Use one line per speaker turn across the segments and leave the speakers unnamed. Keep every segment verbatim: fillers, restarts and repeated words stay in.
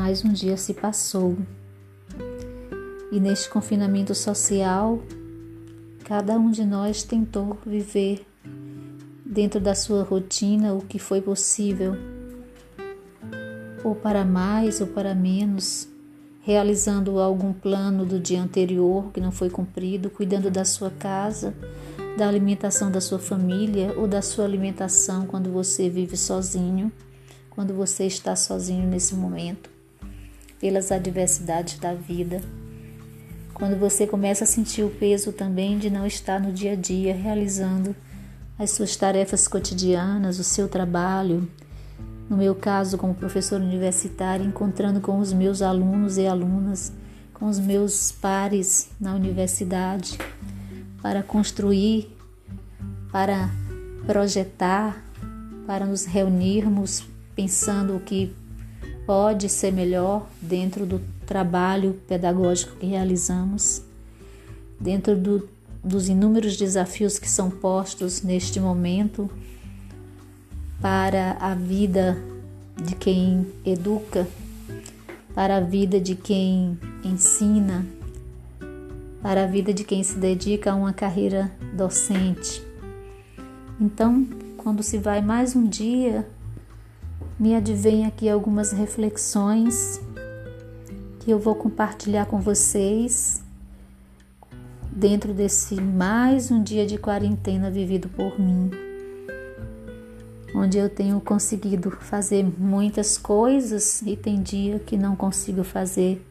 mais um dia se passou. E neste confinamento social, cada um de nós tentou viver dentro da sua rotina o que foi possível, ou para mais ou para menos, realizando algum plano do dia anterior que não foi cumprido, cuidando da sua casa, da alimentação da sua família ou da sua alimentação quando você vive sozinho, quando você está sozinho nesse momento, pelas adversidades da vida. Quando você começa a sentir o peso também de não estar no dia a dia realizando as suas tarefas cotidianas, o seu trabalho. No meu caso, como professora universitária, encontrando com os meus alunos e alunas, com os meus pares na universidade, para construir, para projetar, para nos reunirmos pensando o que pode ser melhor dentro do trabalho pedagógico que realizamos, dentro do, dos inúmeros desafios que são postos neste momento para a vida de quem educa, para a vida de quem ensina, para a vida de quem se dedica a uma carreira docente. Então, quando se vai mais um dia, me advém aqui algumas reflexões que eu vou compartilhar com vocês dentro desse mais um dia de quarentena vivido por mim, onde eu tenho conseguido fazer muitas coisas e tem dia que não consigo fazer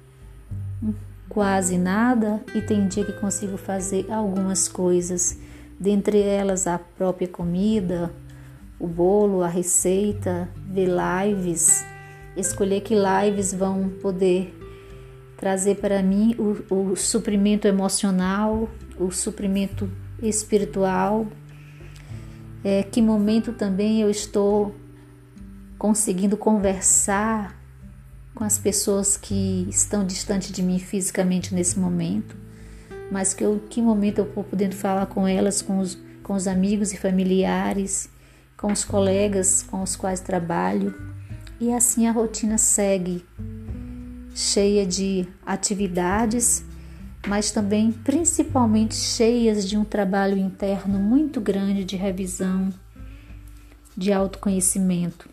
quase nada e tem dia que consigo fazer algumas coisas, dentre elas a própria comida, o bolo, a receita, ver lives, escolher que lives vão poder trazer para mim o, o suprimento emocional, o suprimento espiritual, é, que momento também eu estou conseguindo conversar com as pessoas que estão distantes de mim fisicamente nesse momento, mas que, eu, que momento eu estou podendo falar com elas, com os, com os amigos e familiares, com os colegas com os quais trabalho, e assim a rotina segue, cheia de atividades, mas também principalmente cheias de um trabalho interno muito grande de revisão, de autoconhecimento.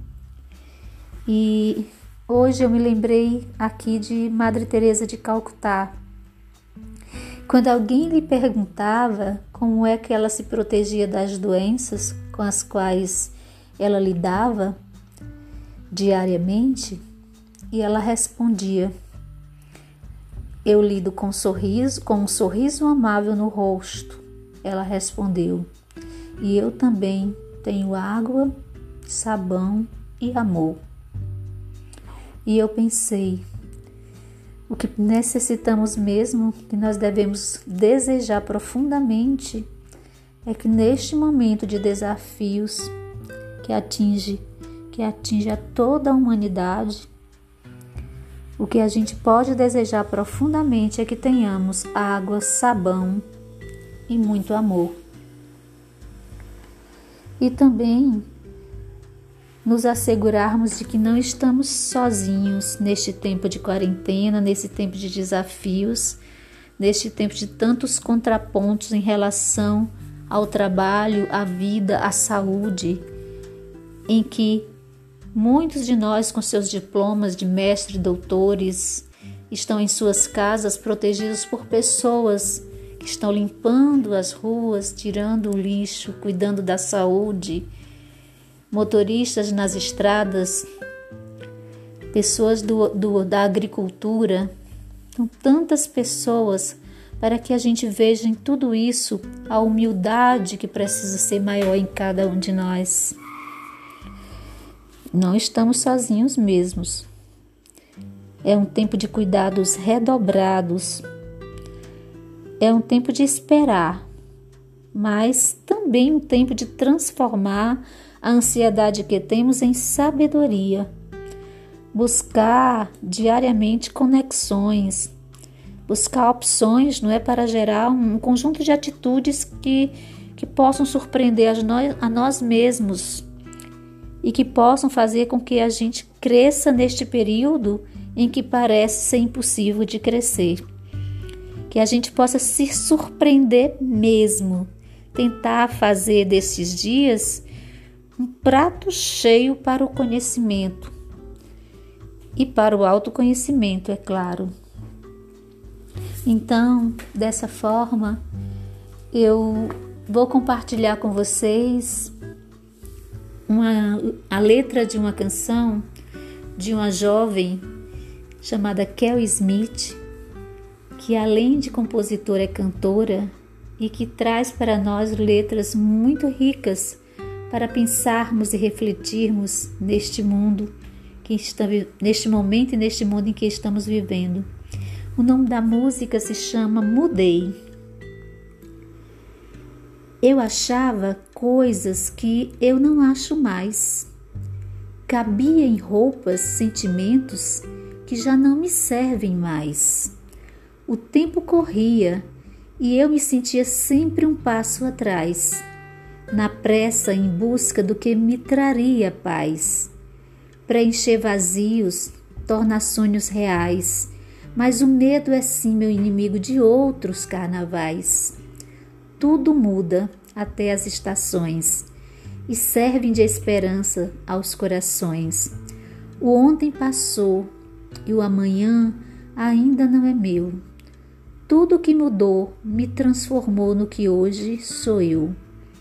E hoje eu me lembrei aqui de Madre Teresa de Calcutá. Quando alguém lhe perguntava como é que ela se protegia das doenças com as quais ela lidava diariamente, e ela respondia: eu lido com um sorriso, com um sorriso amável no rosto. Ela respondeu: e eu também tenho água, sabão e amor. E eu pensei, o que necessitamos mesmo, que nós devemos desejar profundamente, é que neste momento de desafios que atinge, que atinge a toda a humanidade, o que a gente pode desejar profundamente é que tenhamos água, sabão e muito amor. E também nos assegurarmos de que não estamos sozinhos neste tempo de quarentena, nesse tempo de desafios, neste tempo de tantos contrapontos em relação ao trabalho, à vida, à saúde, em que muitos de nós, com seus diplomas de mestre e doutores, estão em suas casas protegidos por pessoas que estão limpando as ruas, tirando o lixo, cuidando da saúde, motoristas nas estradas, pessoas do, do, da agricultura. São tantas pessoas para que a gente veja em tudo isso a humildade que precisa ser maior em cada um de nós. Não estamos sozinhos mesmos. É um tempo de cuidados redobrados. É um tempo de esperar, mas também um tempo de transformar a ansiedade que temos em sabedoria. Buscar diariamente conexões, buscar opções, não é, para gerar um conjunto de atitudes que, que possam surpreender a nós, a nós mesmos e que possam fazer com que a gente cresça neste período em que parece ser impossível de crescer. Que a gente possa se surpreender mesmo, tentar fazer desses dias um prato cheio para o conhecimento e para o autoconhecimento, é claro. Então, dessa forma, eu vou compartilhar com vocês uma, a letra de uma canção de uma jovem chamada Kel Smith, que além de compositora é cantora e que traz para nós letras muito ricas para pensarmos e refletirmos neste mundo, que está, neste momento e neste mundo em que estamos vivendo. O nome da música se chama Mudei. Eu achava coisas que eu não acho mais. Cabia em roupas sentimentos que já não me servem mais. O tempo corria e eu me sentia sempre um passo atrás, na pressa em busca do que me traria paz. Preencher vazios torna sonhos reais, mas o medo é sim meu inimigo de outros carnavais. Tudo muda, até as estações, e servem de esperança aos corações. O ontem passou e o amanhã ainda não é meu. Tudo que mudou me transformou no que hoje sou eu.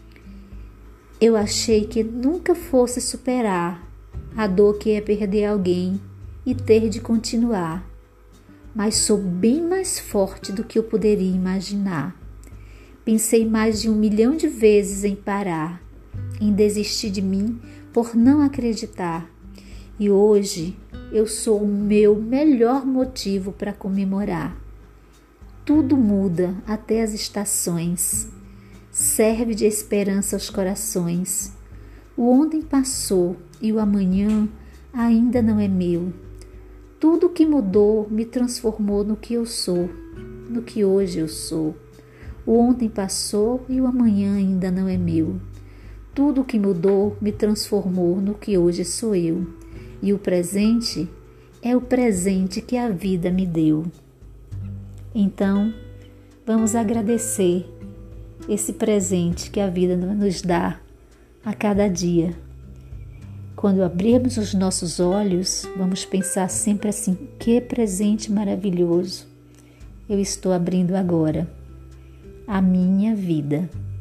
Eu achei que nunca fosse superar a dor que é perder alguém e ter de continuar, mas sou bem mais forte do que eu poderia imaginar. Pensei mais de um milhão de vezes em parar, em desistir de mim por não acreditar, e hoje eu sou o meu melhor motivo para comemorar. Tudo muda, até as estações, serve de esperança aos corações. O ontem passou e o amanhã ainda não é meu. Tudo que mudou me transformou no que eu sou, no que hoje eu sou. O ontem passou e o amanhã ainda não é meu. Tudo que mudou me transformou no que hoje sou eu. E o presente é o presente que a vida me deu. Então, vamos agradecer esse presente que a vida nos dá a cada dia. Quando abrirmos os nossos olhos, vamos pensar sempre assim: que presente maravilhoso eu estou abrindo agora, a minha vida.